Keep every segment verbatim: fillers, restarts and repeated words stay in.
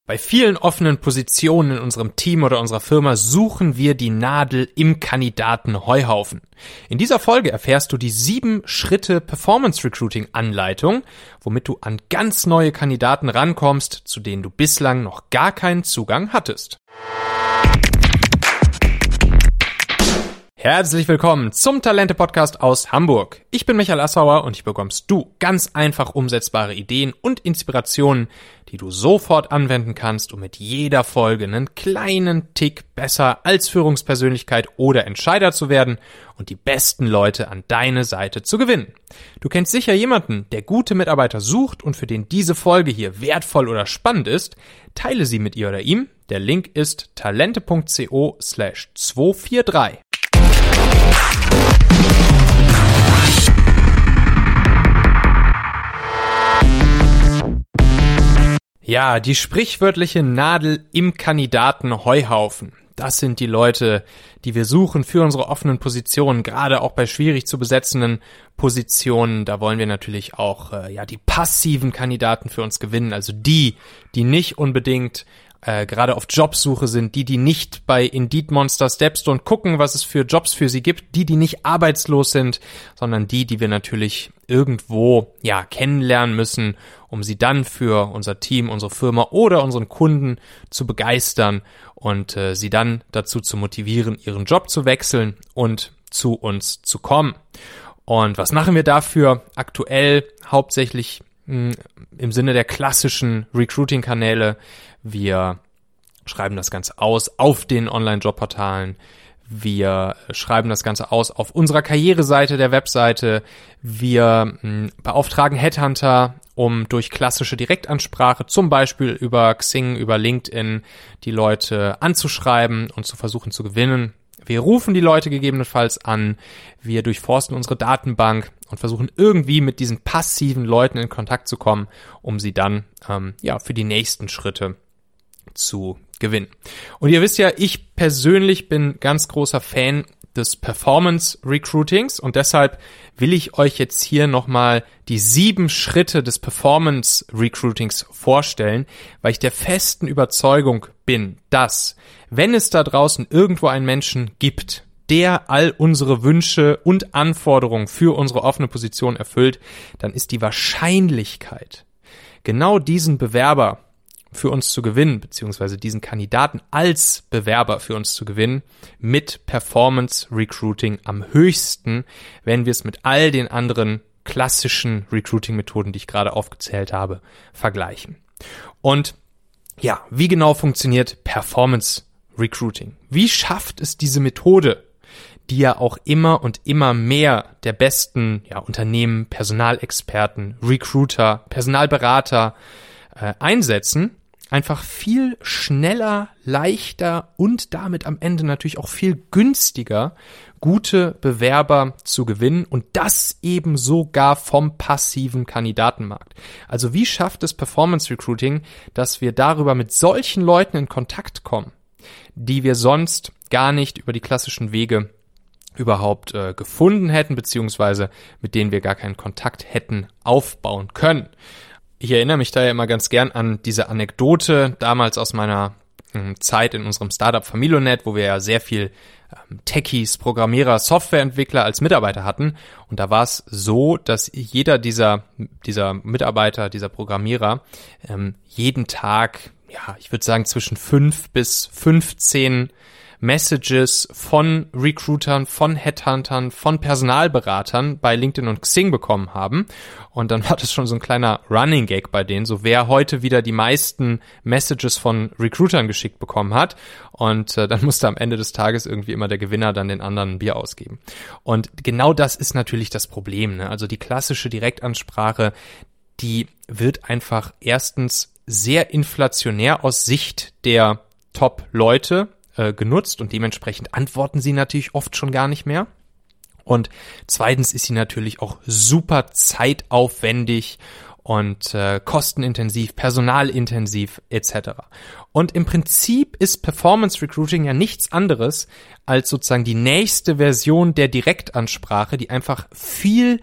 Bei vielen offenen Positionen in unserem Team oder unserer Firma suchen wir die Nadel im Kandidatenheuhaufen. In dieser Folge erfährst du die sieben Schritte Performance Recruiting Anleitung, womit du an ganz neue Kandidaten rankommst, zu denen du bislang noch gar keinen Zugang hattest. Herzlich willkommen zum Talente-Podcast aus Hamburg. Ich bin Michael Assauer und hier bekommst du ganz einfach umsetzbare Ideen und Inspirationen, die du sofort anwenden kannst, um mit jeder Folge einen kleinen Tick besser als Führungspersönlichkeit oder Entscheider zu werden und die besten Leute an deine Seite zu gewinnen. Du kennst sicher jemanden, der gute Mitarbeiter sucht und für den diese Folge hier wertvoll oder spannend ist. Teile sie mit ihr oder ihm. Der Link ist talente.co slash zweihundertdreiundvierzig. Ja, die sprichwörtliche Nadel im Kandidatenheuhaufen. Das sind die Leute, die wir suchen für unsere offenen Positionen, gerade auch bei schwierig zu besetzenden Positionen. Da wollen wir natürlich auch äh, ja die passiven Kandidaten für uns gewinnen, also die, die nicht unbedingt Äh, gerade auf Jobsuche sind, die, die nicht bei Indeed Monster Stepstone gucken, was es für Jobs für sie gibt, die, die nicht arbeitslos sind, sondern die, die wir natürlich irgendwo, ja, kennenlernen müssen, um sie dann für unser Team, unsere Firma oder unseren Kunden zu begeistern und äh, sie dann dazu zu motivieren, ihren Job zu wechseln und zu uns zu kommen. Und was machen wir dafür? Aktuell hauptsächlich mh, im Sinne der klassischen Recruiting-Kanäle. Wir schreiben das Ganze aus auf den Online-Jobportalen. Wir schreiben das Ganze aus auf unserer Karriereseite der Webseite. Wir mh, beauftragen Headhunter, um durch klassische Direktansprache, zum Beispiel über Xing, über LinkedIn, die Leute anzuschreiben und zu versuchen zu gewinnen. Wir rufen die Leute gegebenenfalls an. Wir durchforsten unsere Datenbank und versuchen irgendwie mit diesen passiven Leuten in Kontakt zu kommen, um sie dann ähm, ja für die nächsten Schritte zu gewinnen. Und ihr wisst ja, ich persönlich bin ganz großer Fan des Performance Recruitings und deshalb will ich euch jetzt hier nochmal die sieben Schritte des Performance Recruitings vorstellen, weil ich der festen Überzeugung bin, dass, wenn es da draußen irgendwo einen Menschen gibt, der all unsere Wünsche und Anforderungen für unsere offene Position erfüllt, dann ist die Wahrscheinlichkeit, genau diesen Bewerber für uns zu gewinnen, beziehungsweise diesen Kandidaten als Bewerber für uns zu gewinnen, mit Performance Recruiting am höchsten, wenn wir es mit all den anderen klassischen Recruiting-Methoden, die ich gerade aufgezählt habe, vergleichen. Und ja, wie genau funktioniert Performance Recruiting? Wie schafft es diese Methode, die ja auch immer und immer mehr der besten ja, Unternehmen, Personalexperten, Recruiter, Personalberater äh, einsetzen, einfach viel schneller, leichter und damit am Ende natürlich auch viel günstiger gute Bewerber zu gewinnen und das eben sogar vom passiven Kandidatenmarkt. Also wie schafft es Performance Recruiting, dass wir darüber mit solchen Leuten in Kontakt kommen, die wir sonst gar nicht über die klassischen Wege überhaupt äh, gefunden hätten, beziehungsweise mit denen wir gar keinen Kontakt hätten aufbauen können. Ich erinnere mich da ja immer ganz gern an diese Anekdote damals aus meiner äh, Zeit in unserem Startup Familonet, wo wir ja sehr viel ähm, Techies, Programmierer, Softwareentwickler als Mitarbeiter hatten. Und da war es so, dass jeder dieser dieser Mitarbeiter, dieser Programmierer ähm, jeden Tag, ja, ich würde sagen zwischen fünf bis fünfzehn Messages von Recruitern, von Headhuntern, von Personalberatern bei LinkedIn und Xing bekommen haben. Und dann war das schon so ein kleiner Running Gag bei denen, so wer heute wieder die meisten Messages von Recruitern geschickt bekommen hat. Und äh, dann musste am Ende des Tages irgendwie immer der Gewinner dann den anderen ein Bier ausgeben. Und genau das ist natürlich das Problem, ne? Also die klassische Direktansprache, die wird einfach erstens sehr inflationär aus Sicht der Top-Leute genutzt und dementsprechend antworten sie natürlich oft schon gar nicht mehr. Und zweitens ist sie natürlich auch super zeitaufwendig und äh, kostenintensiv, personalintensiv et cetera. Und im Prinzip ist Performance Recruiting ja nichts anderes als sozusagen die nächste Version der Direktansprache, die einfach viel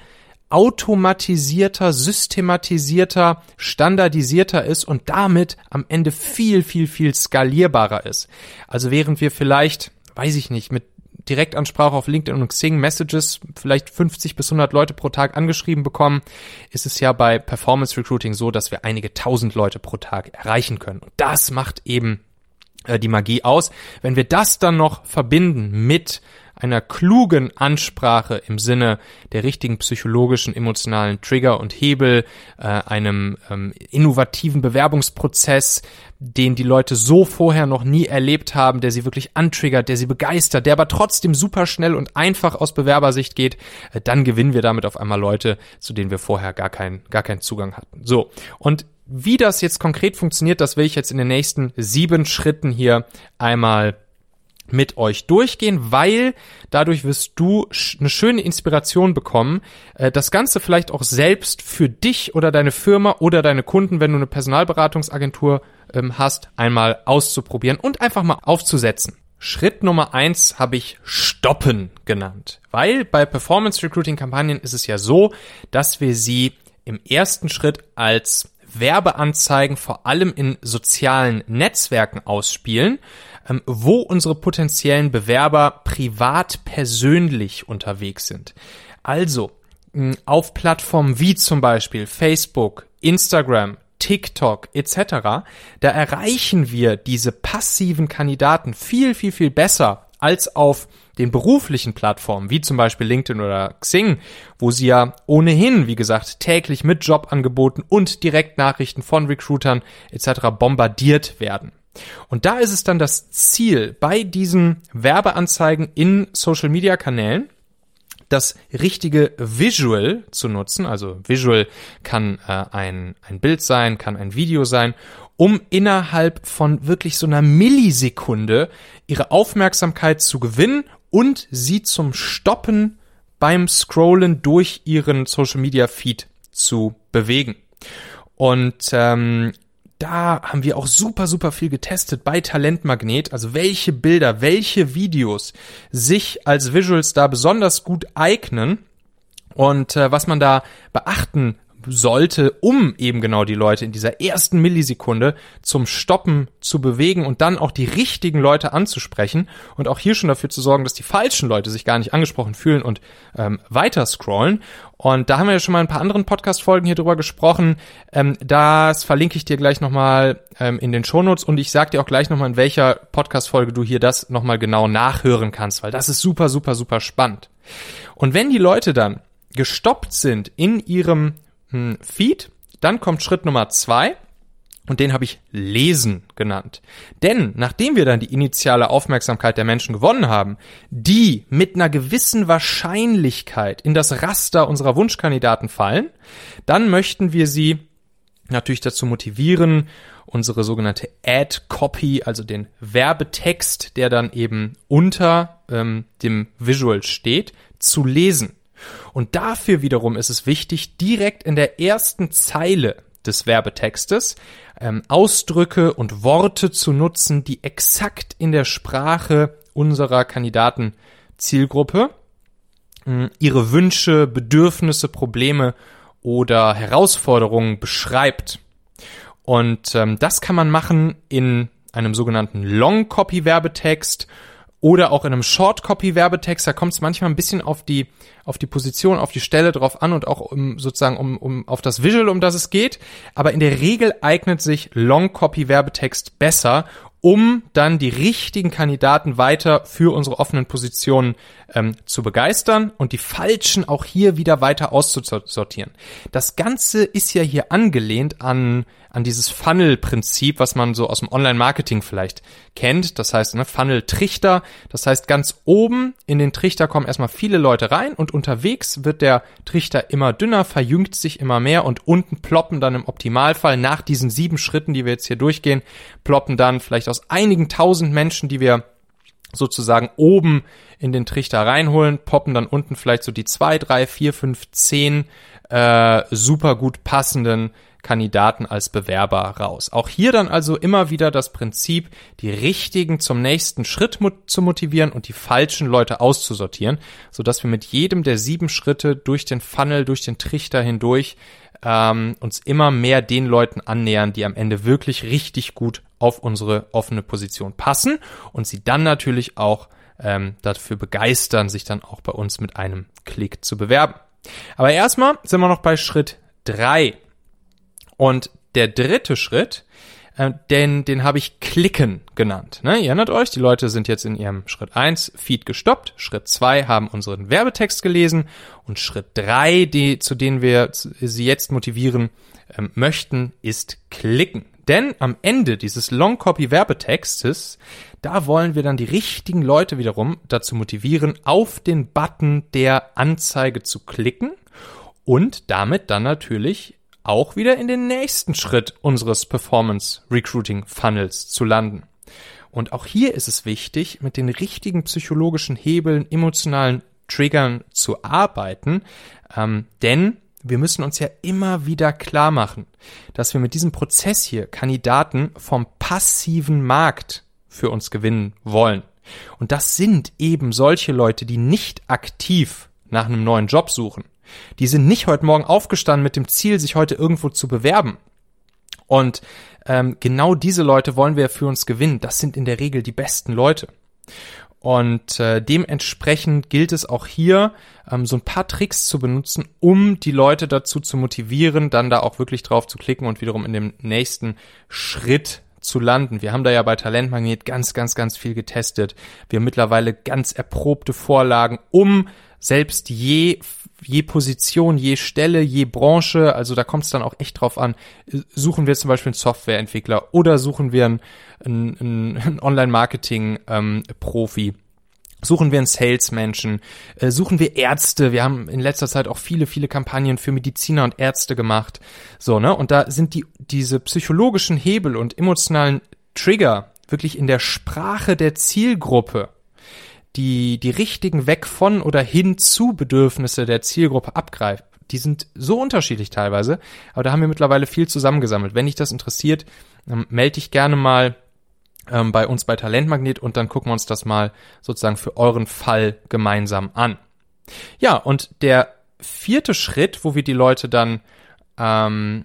automatisierter, systematisierter, standardisierter ist und damit am Ende viel, viel, viel skalierbarer ist. Also während wir vielleicht, weiß ich nicht, mit Direktansprache auf LinkedIn und Xing Messages vielleicht fünfzig bis hundert Leute pro Tag angeschrieben bekommen, ist es ja bei Performance Recruiting so, dass wir einige tausend Leute pro Tag erreichen können. Und das macht eben äh, die Magie aus. Wenn wir das dann noch verbinden mit einer klugen Ansprache im Sinne der richtigen psychologischen, emotionalen Trigger und Hebel, äh, einem ähm, innovativen Bewerbungsprozess, den die Leute so vorher noch nie erlebt haben, der sie wirklich antriggert, der sie begeistert, der aber trotzdem super schnell und einfach aus Bewerbersicht geht, äh, dann gewinnen wir damit auf einmal Leute, zu denen wir vorher gar keinen gar keinen Zugang hatten. So, und wie das jetzt konkret funktioniert, das will ich jetzt in den nächsten sieben Schritten hier einmal mit euch durchgehen, weil dadurch wirst du eine schöne Inspiration bekommen, das Ganze vielleicht auch selbst für dich oder deine Firma oder deine Kunden, wenn du eine Personalberatungsagentur hast, einmal auszuprobieren und einfach mal aufzusetzen. Schritt Nummer eins habe ich Stoppen genannt, weil bei Performance-Recruiting-Kampagnen ist es ja so, dass wir sie im ersten Schritt als Werbeanzeigen vor allem in sozialen Netzwerken ausspielen, wo unsere potenziellen Bewerber privat persönlich unterwegs sind. Also auf Plattformen wie zum Beispiel Facebook, Instagram, TikTok et cetera, da erreichen wir diese passiven Kandidaten viel, viel, viel besser als auf den beruflichen Plattformen, wie zum Beispiel LinkedIn oder Xing, wo sie ja ohnehin, wie gesagt, täglich mit Jobangeboten und Direktnachrichten von Recruitern et cetera bombardiert werden. Und da ist es dann das Ziel, bei diesen Werbeanzeigen in Social-Media-Kanälen das richtige Visual zu nutzen. Also Visual kann äh, ein, ein Bild sein, kann ein Video sein, um innerhalb von wirklich so einer Millisekunde ihre Aufmerksamkeit zu gewinnen und sie zum Stoppen beim Scrollen durch ihren Social-Media-Feed zu bewegen. Und ähm, da haben wir auch super, super viel getestet bei Talentmagnet, also welche Bilder, welche Videos sich als Visuals da besonders gut eignen und äh, was man da beachten sollte, um eben genau die Leute in dieser ersten Millisekunde zum Stoppen zu bewegen und dann auch die richtigen Leute anzusprechen und auch hier schon dafür zu sorgen, dass die falschen Leute sich gar nicht angesprochen fühlen und ähm, weiter scrollen. Und da haben wir ja schon mal ein paar anderen Podcast-Folgen hier drüber gesprochen. Ähm, das verlinke ich dir gleich nochmal ähm, in den Shownotes und ich sag dir auch gleich nochmal, in welcher Podcast-Folge du hier das nochmal genau nachhören kannst, weil das ist super, super, super spannend. Und wenn die Leute dann gestoppt sind in ihrem Feed, dann kommt Schritt Nummer zwei und den habe ich Lesen genannt. Denn nachdem wir dann die initiale Aufmerksamkeit der Menschen gewonnen haben, die mit einer gewissen Wahrscheinlichkeit in das Raster unserer Wunschkandidaten fallen, dann möchten wir sie natürlich dazu motivieren, unsere sogenannte Ad-Copy, also den Werbetext, der dann eben unter ähm, dem Visual steht, zu lesen. Und dafür wiederum ist es wichtig, direkt in der ersten Zeile des Werbetextes ähm, Ausdrücke und Worte zu nutzen, die exakt in der Sprache unserer Kandidatenzielgruppe äh, ihre Wünsche, Bedürfnisse, Probleme oder Herausforderungen beschreibt. Und ähm, das kann man machen in einem sogenannten Long-Copy-Werbetext oder auch in einem Short-Copy-Werbetext. Da kommt es manchmal ein bisschen auf die auf die Position, auf die Stelle drauf an und auch um sozusagen um um auf das Visual, um das es geht. Aber in der Regel eignet sich Long-Copy-Werbetext besser, um dann die richtigen Kandidaten weiter für unsere offenen Positionen ähm, zu begeistern und die falschen auch hier wieder weiter auszusortieren. Das Ganze ist ja hier angelehnt an an dieses Funnel-Prinzip, was man so aus dem Online-Marketing vielleicht kennt. Das heißt, ne, Funnel-Trichter. Das heißt, ganz oben in den Trichter kommen erstmal viele Leute rein und unterwegs wird der Trichter immer dünner, verjüngt sich immer mehr und unten ploppen dann im Optimalfall nach diesen sieben Schritten, die wir jetzt hier durchgehen, ploppen dann vielleicht aus einigen tausend Menschen, die wir sozusagen oben in den Trichter reinholen, poppen dann unten vielleicht so die zwei, drei, vier, fünf, zehn äh, super gut passenden Kandidaten als Bewerber raus. Auch hier dann also immer wieder das Prinzip, die richtigen zum nächsten Schritt mo- zu motivieren und die falschen Leute auszusortieren, sodass wir mit jedem der sieben Schritte durch den Funnel, durch den Trichter hindurch ähm, uns immer mehr den Leuten annähern, die am Ende wirklich richtig gut auf unsere offene Position passen und sie dann natürlich auch ähm, dafür begeistern, sich dann auch bei uns mit einem Klick zu bewerben. Aber erstmal sind wir noch bei Schritt drei. Und der dritte Schritt, äh, den, den habe ich Klicken genannt. Ne? Ihr erinnert euch, die Leute sind jetzt in ihrem Schritt eins Feed gestoppt, Schritt zwei haben unseren Werbetext gelesen und Schritt drei, die, zu denen wir sie jetzt motivieren ähm, möchten, ist Klicken. Denn am Ende dieses Long-Copy-Werbetextes, da wollen wir dann die richtigen Leute wiederum dazu motivieren, auf den Button der Anzeige zu klicken und damit dann natürlich auch wieder in den nächsten Schritt unseres Performance-Recruiting-Funnels zu landen. Und auch hier ist es wichtig, mit den richtigen psychologischen Hebeln, emotionalen Triggern zu arbeiten, ähm, denn wir müssen uns ja immer wieder klar machen, dass wir mit diesem Prozess hier Kandidaten vom passiven Markt für uns gewinnen wollen. Und das sind eben solche Leute, die nicht aktiv nach einem neuen Job suchen. Die sind nicht heute Morgen aufgestanden mit dem Ziel, sich heute irgendwo zu bewerben. Und ähm, genau diese Leute wollen wir für uns gewinnen. Das sind in der Regel die besten Leute. Und äh, dementsprechend gilt es auch hier, ähm, so ein paar Tricks zu benutzen, um die Leute dazu zu motivieren, dann da auch wirklich drauf zu klicken und wiederum in dem nächsten Schritt zu landen. Wir haben da ja bei Talentmagnet ganz, ganz, ganz viel getestet. Wir haben mittlerweile ganz erprobte Vorlagen, um selbst je je Position, je Stelle, je Branche, also da kommt es dann auch echt drauf an, suchen wir zum Beispiel einen Softwareentwickler oder suchen wir einen, einen, einen Online-Marketing-Profi, ähm, suchen wir einen Salesmenschen, äh, suchen wir Ärzte, wir haben in letzter Zeit auch viele, viele Kampagnen für Mediziner und Ärzte gemacht, so, ne, und da sind die diese psychologischen Hebel und emotionalen Trigger wirklich in der Sprache der Zielgruppe, die die richtigen weg von oder hin zu Bedürfnisse der Zielgruppe abgreift. Die sind so unterschiedlich teilweise, aber da haben wir mittlerweile viel zusammengesammelt. Wenn dich das interessiert, ähm, melde dich gerne mal ähm, bei uns bei Talentmagnet und dann gucken wir uns das mal sozusagen für euren Fall gemeinsam an. Ja, und der vierte Schritt, wo wir die Leute dann ähm,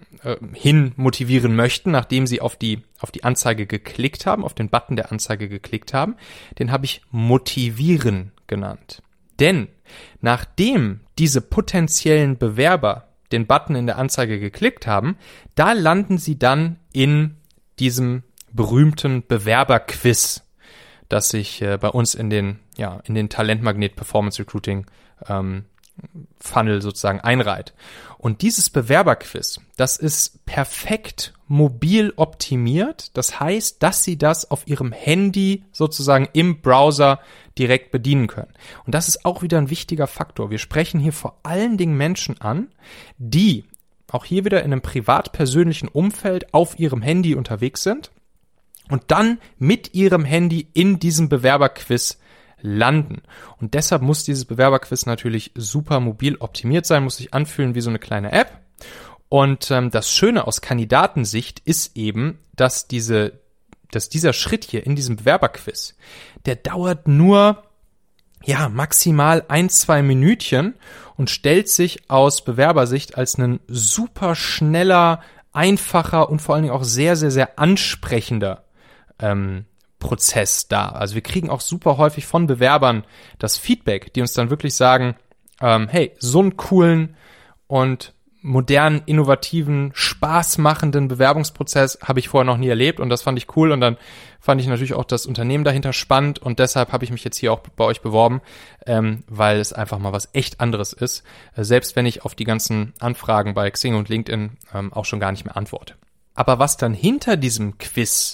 hin motivieren möchten, nachdem sie auf die auf die Anzeige geklickt haben, auf den Button der Anzeige geklickt haben, den habe ich motivieren genannt. Denn nachdem diese potenziellen Bewerber den Button in der Anzeige geklickt haben, da landen sie dann in diesem berühmten Bewerberquiz, das sich äh, bei uns in den ja in den Talentmagnet Performance Recruiting ähm, Funnel sozusagen einreiht. Und dieses Bewerberquiz, das ist perfekt mobil optimiert. Das heißt, dass Sie das auf Ihrem Handy sozusagen im Browser direkt bedienen können. Und das ist auch wieder ein wichtiger Faktor. Wir sprechen hier vor allen Dingen Menschen an, die auch hier wieder in einem privat-persönlichen Umfeld auf ihrem Handy unterwegs sind und dann mit ihrem Handy in diesem Bewerberquiz landen. Und deshalb muss dieses Bewerberquiz natürlich super mobil optimiert sein, muss sich anfühlen wie so eine kleine App. Und ähm, das Schöne aus Kandidatensicht ist eben, dass diese, dass dieser Schritt hier in diesem Bewerberquiz, der dauert nur ja maximal ein, zwei Minütchen und stellt sich aus Bewerbersicht als ein super schneller, einfacher und vor allen Dingen auch sehr, sehr, sehr ansprechender ähm, Prozess da. Also wir kriegen auch super häufig von Bewerbern das Feedback, die uns dann wirklich sagen, ähm, hey, so einen coolen und modernen, innovativen, spaßmachenden Bewerbungsprozess habe ich vorher noch nie erlebt und das fand ich cool und dann fand ich natürlich auch das Unternehmen dahinter spannend und deshalb habe ich mich jetzt hier auch bei euch beworben, ähm, weil es einfach mal was echt anderes ist, äh, selbst wenn ich auf die ganzen Anfragen bei Xing und LinkedIn ähm, auch schon gar nicht mehr antworte. Aber was dann hinter diesem Quiz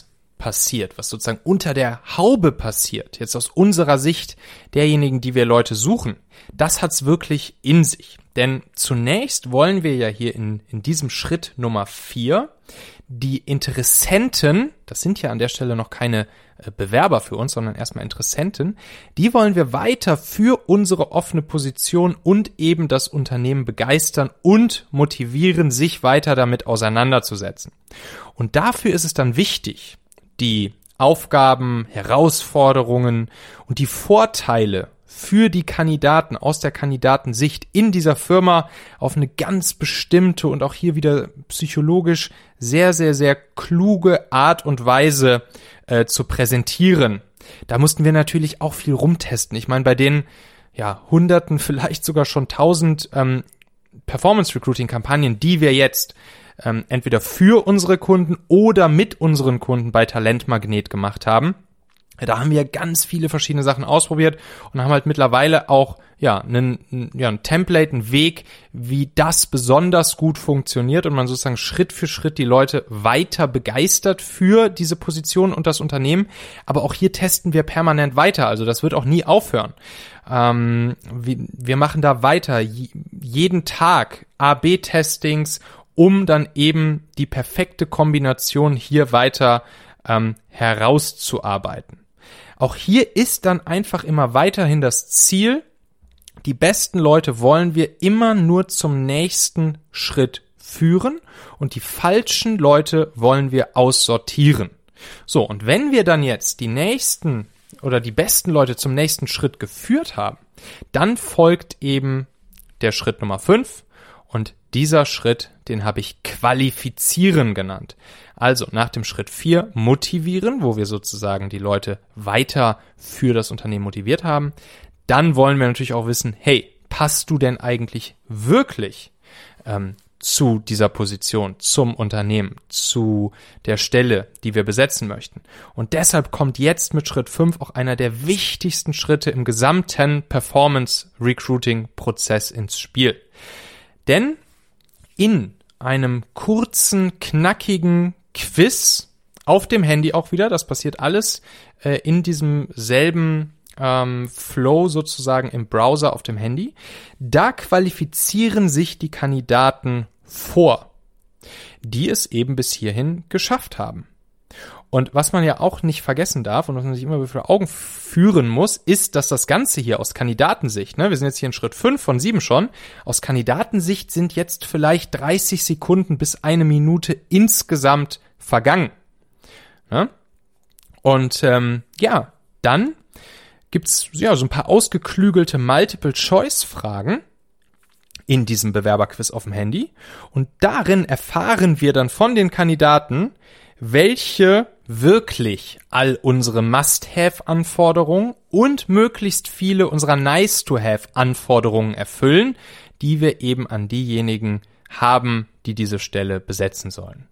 passiert, was sozusagen unter der Haube passiert, jetzt aus unserer Sicht derjenigen, die wir Leute suchen, das hat's wirklich in sich. Denn zunächst wollen wir ja hier in, in diesem Schritt Nummer vier die Interessenten, das sind ja an der Stelle noch keine äh, Bewerber für uns, sondern erstmal Interessenten, die wollen wir weiter für unsere offene Position und eben das Unternehmen begeistern und motivieren, sich weiter damit auseinanderzusetzen. Und dafür ist es dann wichtig, die Aufgaben, Herausforderungen und die Vorteile für die Kandidaten aus der Kandidatensicht in dieser Firma auf eine ganz bestimmte und auch hier wieder psychologisch sehr, sehr, sehr kluge Art und Weise äh, zu präsentieren. Da mussten wir natürlich auch viel rumtesten. Ich meine, bei den ja Hunderten, vielleicht sogar schon tausend ähm, Performance-Recruiting-Kampagnen, die wir jetzt ähm, entweder für unsere Kunden oder mit unseren Kunden bei Talentmagnet gemacht haben, da haben wir ganz viele verschiedene Sachen ausprobiert und haben halt mittlerweile auch ja einen, ja, ein Template, einen Weg, wie das besonders gut funktioniert und man sozusagen Schritt für Schritt die Leute weiter begeistert für diese Position und das Unternehmen. Aber auch hier testen wir permanent weiter, also das wird auch nie aufhören. Ähm, wir, wir machen da weiter, j- jeden Tag A B Testings, um dann eben die perfekte Kombination hier weiter ähm, herauszuarbeiten. Auch hier ist dann einfach immer weiterhin das Ziel, die besten Leute wollen wir immer nur zum nächsten Schritt führen und die falschen Leute wollen wir aussortieren. So, und wenn wir dann jetzt die nächsten oder die besten Leute zum nächsten Schritt geführt haben, dann folgt eben der Schritt Nummer fünf und dieser Schritt, den habe ich qualifizieren genannt. Also nach dem Schritt vier motivieren, wo wir sozusagen die Leute weiter für das Unternehmen motiviert haben. Dann wollen wir natürlich auch wissen, hey, passt du denn eigentlich wirklich ähm, zu dieser Position, zum Unternehmen, zu der Stelle, die wir besetzen möchten? Und deshalb kommt jetzt mit Schritt fünf auch einer der wichtigsten Schritte im gesamten Performance-Recruiting-Prozess ins Spiel. Denn in einem kurzen, knackigen Quiz auf dem Handy auch wieder, das passiert alles äh, in diesem selben ähm, Flow sozusagen im Browser auf dem Handy, da qualifizieren sich die Kandidaten vor, die es eben bis hierhin geschafft haben. Und was man ja auch nicht vergessen darf und was man sich immer wieder vor Augen führen muss, ist, dass das Ganze hier aus Kandidatensicht, ne, wir sind jetzt hier in Schritt fünf von sieben schon, aus Kandidatensicht sind jetzt vielleicht dreißig Sekunden bis eine Minute insgesamt vergangen. Ne? Und ähm, ja, dann gibt's ja so ein paar ausgeklügelte Multiple-Choice-Fragen in diesem Bewerberquiz auf dem Handy und darin erfahren wir dann von den Kandidaten, welche wirklich all unsere Must-Have-Anforderungen und möglichst viele unserer Nice-to-Have-Anforderungen erfüllen, die wir eben an diejenigen haben, die diese Stelle besetzen sollen.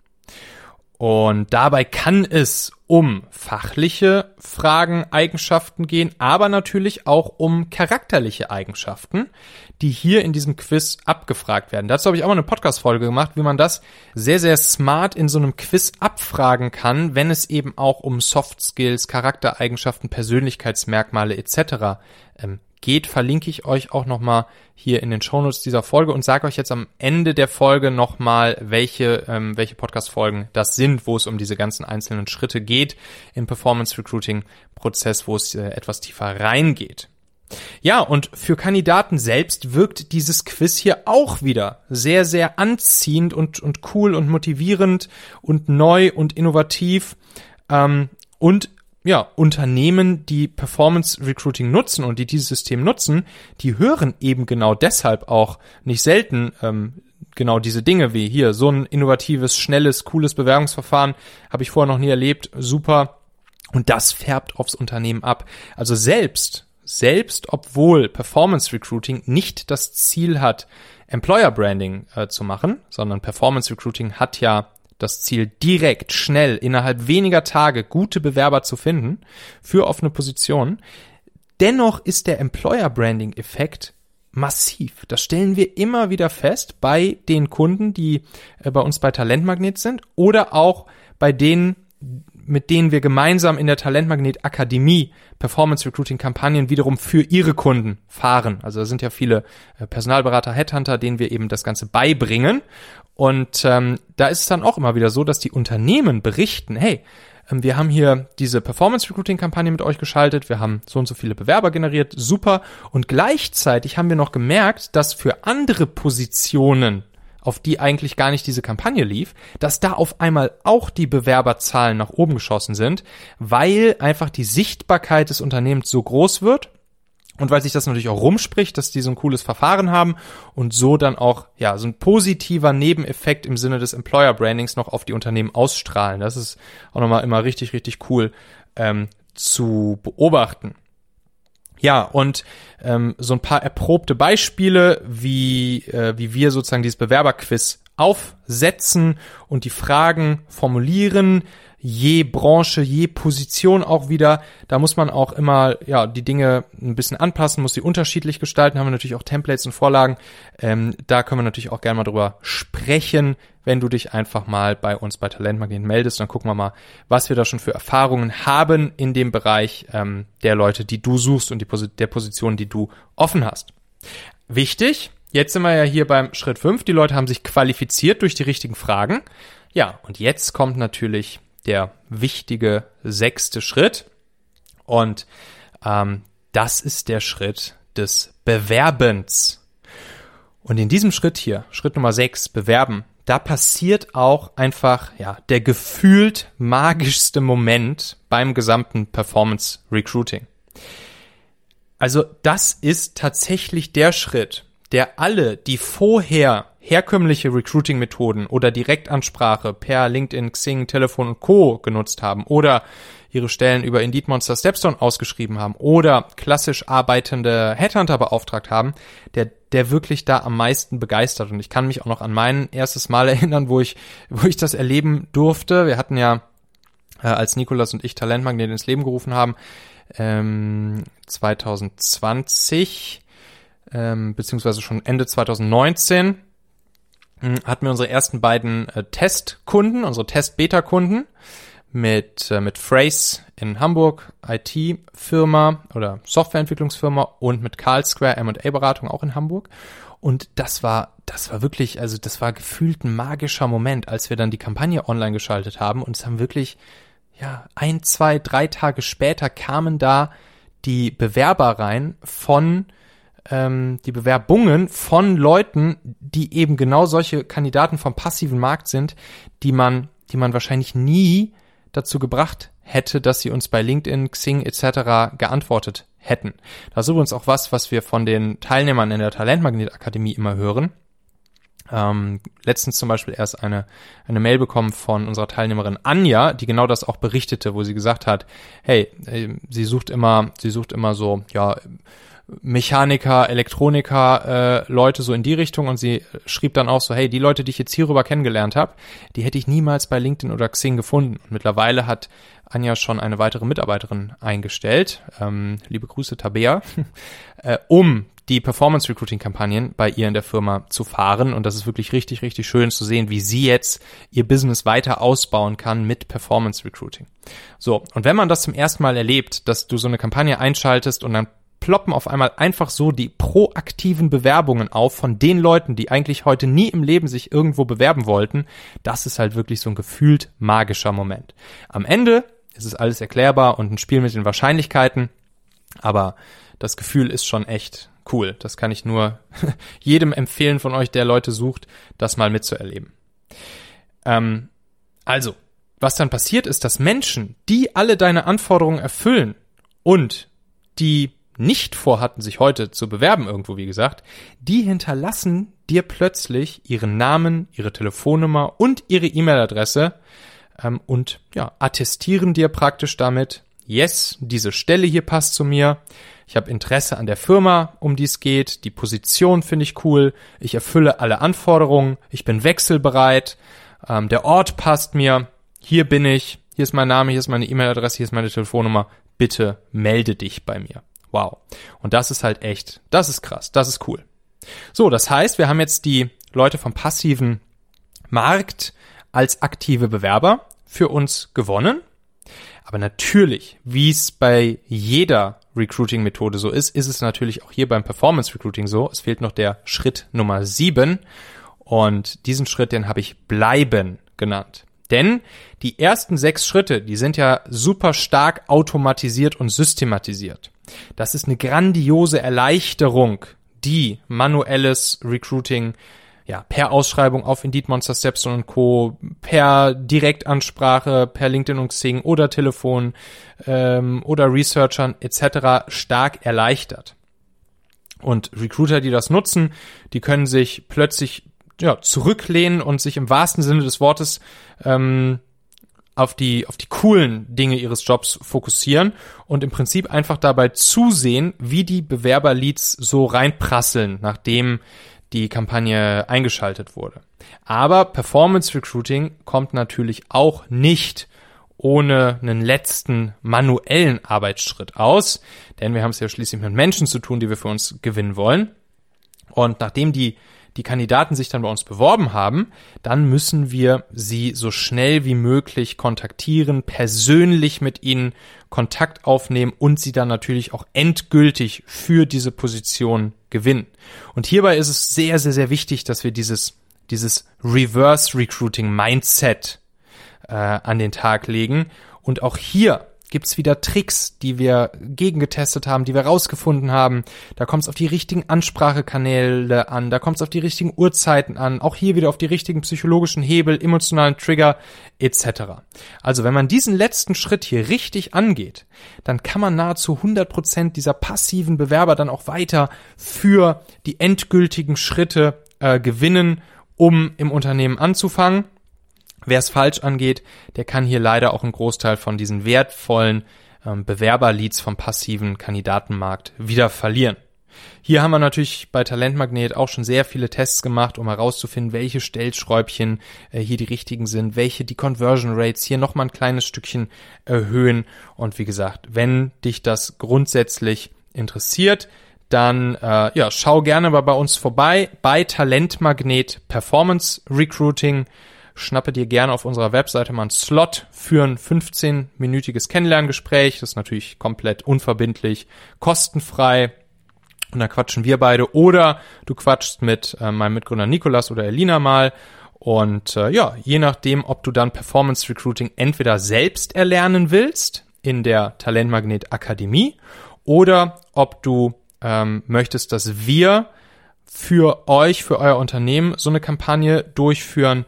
Und dabei kann es um fachliche Fragen, Eigenschaften gehen, aber natürlich auch um charakterliche Eigenschaften, die hier in diesem Quiz abgefragt werden. Dazu habe ich auch mal eine Podcast-Folge gemacht, wie man das sehr, sehr smart in so einem Quiz abfragen kann, wenn es eben auch um Soft Skills, Charaktereigenschaften, Persönlichkeitsmerkmale et cetera ähm, geht, verlinke ich euch auch nochmal hier in den Shownotes dieser Folge und sage euch jetzt am Ende der Folge nochmal, welche ähm, welche Podcast-Folgen das sind, wo es um diese ganzen einzelnen Schritte geht im Performance-Recruiting-Prozess, wo es äh, etwas tiefer reingeht. Ja, und für Kandidaten selbst wirkt dieses Quiz hier auch wieder sehr, sehr anziehend und, und cool und motivierend und neu und innovativ ähm, und ja, Unternehmen, die Performance Recruiting nutzen und die dieses System nutzen, die hören eben genau deshalb auch nicht selten ähm, genau diese Dinge wie hier, so ein innovatives, schnelles, cooles Bewerbungsverfahren habe ich vorher noch nie erlebt, super. Und das färbt aufs Unternehmen ab. Also selbst, selbst obwohl Performance Recruiting nicht das Ziel hat, Employer Branding äh, zu machen, sondern Performance Recruiting hat ja das Ziel, direkt, schnell, innerhalb weniger Tage gute Bewerber zu finden für offene Positionen. Dennoch ist der Employer-Branding-Effekt massiv. Das stellen wir immer wieder fest bei den Kunden, die äh, bei uns bei Talentmagnet sind oder auch bei denen, mit denen wir gemeinsam in der Talentmagnet Akademie Performance Recruiting Kampagnen wiederum für ihre Kunden fahren. Also da sind ja viele Personalberater, Headhunter, denen wir eben das Ganze beibringen. Und ähm, da ist es dann auch immer wieder so, dass die Unternehmen berichten, hey, wir haben hier diese Performance-Recruiting-Kampagne mit euch geschaltet, wir haben so und so viele Bewerber generiert, super. Und gleichzeitig haben wir noch gemerkt, dass für andere Positionen, auf die eigentlich gar nicht diese Kampagne lief, dass da auf einmal auch die Bewerberzahlen nach oben geschossen sind, weil einfach die Sichtbarkeit des Unternehmens so groß wird. Und weil sich das natürlich auch rumspricht, dass die so ein cooles Verfahren haben und so dann auch, ja, so ein positiver Nebeneffekt im Sinne des Employer Brandings noch auf die Unternehmen ausstrahlen. Das ist auch nochmal immer richtig, richtig cool ähm, zu beobachten. Ja, und ähm, so ein paar erprobte Beispiele, wie äh, wie wir sozusagen dieses Bewerberquiz aufsetzen und die Fragen formulieren, je Branche, je Position auch wieder. Da muss man auch immer ja die Dinge ein bisschen anpassen, muss sie unterschiedlich gestalten. Haben wir natürlich auch Templates und Vorlagen. Ähm, da können wir natürlich auch gerne mal drüber sprechen, wenn du dich einfach mal bei uns bei Talentmagnet meldest. Dann gucken wir mal, was wir da schon für Erfahrungen haben in dem Bereich ähm, der Leute, die du suchst und die Pos- der Position, die du offen hast. Wichtig, jetzt sind wir ja hier beim Schritt fünf. Die Leute haben sich qualifiziert durch die richtigen Fragen. Ja, und jetzt kommt natürlich der wichtige sechste Schritt. Und ähm, das ist der Schritt des Bewerbens. Und in diesem Schritt hier, Schritt Nummer sechs, Bewerben, da passiert auch einfach ja der gefühlt magischste Moment beim gesamten Performance Recruiting. Also das ist tatsächlich der Schritt, der alle, die vorher herkömmliche Recruiting-Methoden oder Direktansprache per LinkedIn, Xing, Telefon und Co. genutzt haben oder ihre Stellen über Indeed, Monster, Stepstone ausgeschrieben haben oder klassisch arbeitende Headhunter beauftragt haben, der der wirklich da am meisten begeistert. Und ich kann mich auch noch an mein erstes Mal erinnern, wo ich wo ich das erleben durfte. Wir hatten ja, äh, als Nikolas und ich Talentmagnet ins Leben gerufen haben, ähm, zwanzig zwanzig, ähm, beziehungsweise schon Ende zwanzig neunzehn, hatten wir unsere ersten beiden äh, Testkunden, unsere Test-Beta-Kunden mit äh, mit Phrase in Hamburg, I T-Firma oder Softwareentwicklungsfirma, und mit Carlsquare M und A-Beratung auch in Hamburg. Und das war das war wirklich, also das war gefühlt ein magischer Moment, als wir dann die Kampagne online geschaltet haben, und es haben wirklich, ja, ein, zwei, drei Tage später kamen da die Bewerber rein von ähm, die Bewerbungen von Leuten, die eben genau solche Kandidaten vom passiven Markt sind, die man die man wahrscheinlich nie dazu gebracht hätte, dass sie uns bei LinkedIn, Xing et cetera geantwortet hätten. Das ist übrigens auch was, was wir von den Teilnehmern in der Talentmagnet Akademie immer hören. Ähm, letztens zum Beispiel erst eine eine Mail bekommen von unserer Teilnehmerin Anja, die genau das auch berichtete, wo sie gesagt hat, hey, sie sucht immer, sie sucht immer so, ja, Mechaniker, Elektroniker, äh, Leute so in die Richtung, und sie schrieb dann auch so, hey, die Leute, die ich jetzt hierüber kennengelernt habe, die hätte ich niemals bei LinkedIn oder Xing gefunden. Und mittlerweile hat Anja schon eine weitere Mitarbeiterin eingestellt, ähm, liebe Grüße Tabea, äh, um die Performance-Recruiting-Kampagnen bei ihr in der Firma zu fahren. Und das ist wirklich richtig, richtig schön zu sehen, wie sie jetzt ihr Business weiter ausbauen kann mit Performance-Recruiting. So, und wenn man das zum ersten Mal erlebt, dass du so eine Kampagne einschaltest und dann ploppen auf einmal einfach so die proaktiven Bewerbungen auf von den Leuten, die eigentlich heute nie im Leben sich irgendwo bewerben wollten, das ist halt wirklich so ein gefühlt magischer Moment. Am Ende ist es alles erklärbar und ein Spiel mit den Wahrscheinlichkeiten, aber das Gefühl ist schon echt cool. Das kann ich nur jedem empfehlen von euch, der Leute sucht, das mal mitzuerleben. Ähm, also, was dann passiert ist, dass Menschen, die alle deine Anforderungen erfüllen und die nicht vorhatten, sich heute zu bewerben irgendwo, wie gesagt, die hinterlassen dir plötzlich ihren Namen, ihre Telefonnummer und ihre E-Mail-Adresse ähm, und ja, attestieren dir praktisch damit, yes, diese Stelle hier passt zu mir, ich habe Interesse an der Firma, um die es geht, die Position finde ich cool, ich erfülle alle Anforderungen, ich bin wechselbereit, ähm, der Ort passt mir, hier bin ich, hier ist mein Name, hier ist meine E-Mail-Adresse, hier ist meine Telefonnummer, bitte melde dich bei mir. Wow. Und das ist halt echt, das ist krass, das ist cool. So, das heißt, wir haben jetzt die Leute vom passiven Markt als aktive Bewerber für uns gewonnen. Aber natürlich, wie es bei jeder Recruiting-Methode so ist, ist es natürlich auch hier beim Performance-Recruiting so. Es fehlt noch der Schritt Nummer sieben und diesen Schritt, den habe ich Bleiben genannt. Denn die ersten sechs Schritte, die sind ja super stark automatisiert und systematisiert. Das ist eine grandiose Erleichterung, die manuelles Recruiting ja per Ausschreibung auf Indeed, Monster, Stepstone und Co., per Direktansprache, per LinkedIn und Xing oder Telefon ähm, oder Researchern et cetera stark erleichtert. Und Recruiter, die das nutzen, die können sich plötzlich ja zurücklehnen und sich im wahrsten Sinne des Wortes ähm, auf die auf die coolen Dinge ihres Jobs fokussieren und im Prinzip einfach dabei zusehen, wie die Bewerberleads so reinprasseln, nachdem die Kampagne eingeschaltet wurde. Aber Performance Recruiting kommt natürlich auch nicht ohne einen letzten manuellen Arbeitsschritt aus, denn wir haben es ja schließlich mit Menschen zu tun, die wir für uns gewinnen wollen. Und nachdem die die Kandidaten sich dann bei uns beworben haben, dann müssen wir sie so schnell wie möglich kontaktieren, persönlich mit ihnen Kontakt aufnehmen und sie dann natürlich auch endgültig für diese Position gewinnen. Und hierbei ist es sehr, sehr, sehr wichtig, dass wir dieses, dieses Reverse Recruiting Mindset äh, an den Tag legen. Und auch hier gibt's wieder Tricks, die wir gegengetestet haben, die wir rausgefunden haben. Da kommt es auf die richtigen Ansprachekanäle an, da kommt es auf die richtigen Uhrzeiten an, auch hier wieder auf die richtigen psychologischen Hebel, emotionalen Trigger et cetera. Also wenn man diesen letzten Schritt hier richtig angeht, dann kann man nahezu hundert Prozent dieser passiven Bewerber dann auch weiter für die endgültigen Schritte äh, gewinnen, um im Unternehmen anzufangen. Wer es falsch angeht, der kann hier leider auch einen Großteil von diesen wertvollen ähm, Bewerberleads vom passiven Kandidatenmarkt wieder verlieren. Hier haben wir natürlich bei Talentmagnet auch schon sehr viele Tests gemacht, um herauszufinden, welche Stellschräubchen äh, hier die richtigen sind, welche die Conversion Rates hier nochmal ein kleines Stückchen erhöhen. Und wie gesagt, wenn dich das grundsätzlich interessiert, dann äh, ja schau gerne mal bei uns vorbei bei Talentmagnet Performance Recruiting. Schnappe dir gerne auf unserer Webseite mal einen Slot für ein fünfzehnminütiges Kennenlerngespräch. Das ist natürlich komplett unverbindlich, kostenfrei. Und dann quatschen wir beide. Oder du quatschst mit äh, meinem Mitgründer Nikolas oder Elina mal. Und äh, ja, je nachdem, ob du dann Performance Recruiting entweder selbst erlernen willst in der Talentmagnet Akademie oder ob du ähm, möchtest, dass wir für euch, für euer Unternehmen so eine Kampagne durchführen.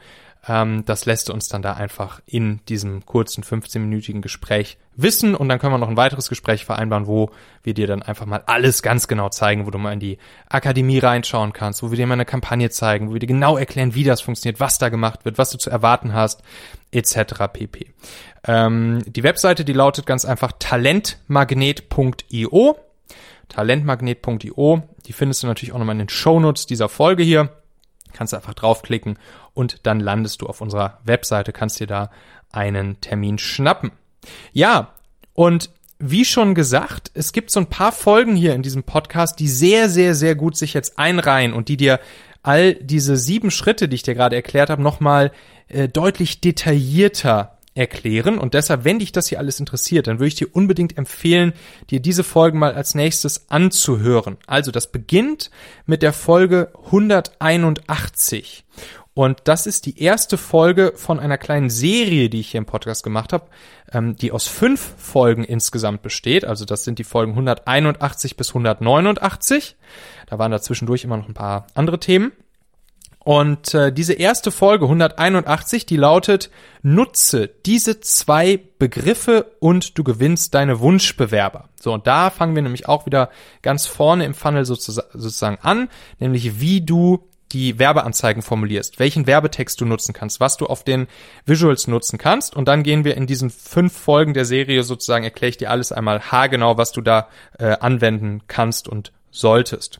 Das lässt uns dann da einfach in diesem kurzen fünfzehnminütigen Gespräch wissen und dann können wir noch ein weiteres Gespräch vereinbaren, wo wir dir dann einfach mal alles ganz genau zeigen, wo du mal in die Akademie reinschauen kannst, wo wir dir mal eine Kampagne zeigen, wo wir dir genau erklären, wie das funktioniert, was da gemacht wird, was du zu erwarten hast, et cetera pp. Ähm, die Webseite, die lautet ganz einfach talentmagnet punkt io. talentmagnet punkt io. Die findest du natürlich auch nochmal in den Shownotes dieser Folge hier. Kannst du einfach draufklicken und dann landest du auf unserer Webseite, kannst dir da einen Termin schnappen. Ja, und wie schon gesagt, es gibt so ein paar Folgen hier in diesem Podcast, die sehr, sehr, sehr gut sich jetzt einreihen und die dir all diese sieben Schritte, die ich dir gerade erklärt habe, nochmal äh, deutlich detaillierter erklären. Und deshalb, wenn dich das hier alles interessiert, dann würde ich dir unbedingt empfehlen, dir diese Folgen mal als nächstes anzuhören. Also das beginnt mit der Folge hunderteinundachtzig. Und das ist die erste Folge von einer kleinen Serie, die ich hier im Podcast gemacht habe, ähm, die aus fünf Folgen insgesamt besteht. Also das sind die Folgen hunderteinundachtzig bis hundertneunundachtzig. Da waren dazwischendurch immer noch ein paar andere Themen. Und äh, diese erste Folge hunderteinundachtzig, die lautet: Nutze diese zwei Begriffe und du gewinnst deine Wunschbewerber. So, und da fangen wir nämlich auch wieder ganz vorne im Funnel sozusagen an, nämlich wie du die Werbeanzeigen formulierst, welchen Werbetext du nutzen kannst, was du auf den Visuals nutzen kannst. Und dann gehen wir in diesen fünf Folgen der Serie sozusagen, erkläre ich dir alles einmal haargenau, was du da äh, anwenden kannst und solltest.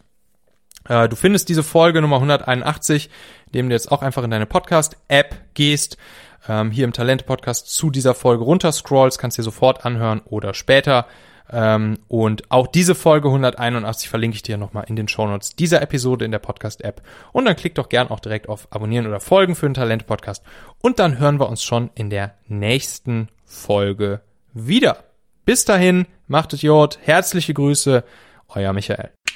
Du findest diese Folge Nummer hunderteinundachtzig, indem du jetzt auch einfach in deine Podcast-App gehst, ähm, hier im Talente-Podcast zu dieser Folge runterscrollst, kannst dir sofort anhören oder später. Ähm, und auch diese Folge hunderteinundachtzig verlinke ich dir nochmal in den Shownotes dieser Episode in der Podcast-App. Und dann klick doch gern auch direkt auf Abonnieren oder Folgen für den Talente-Podcast. Und dann hören wir uns schon in der nächsten Folge wieder. Bis dahin, macht es Jod, herzliche Grüße, euer Michael.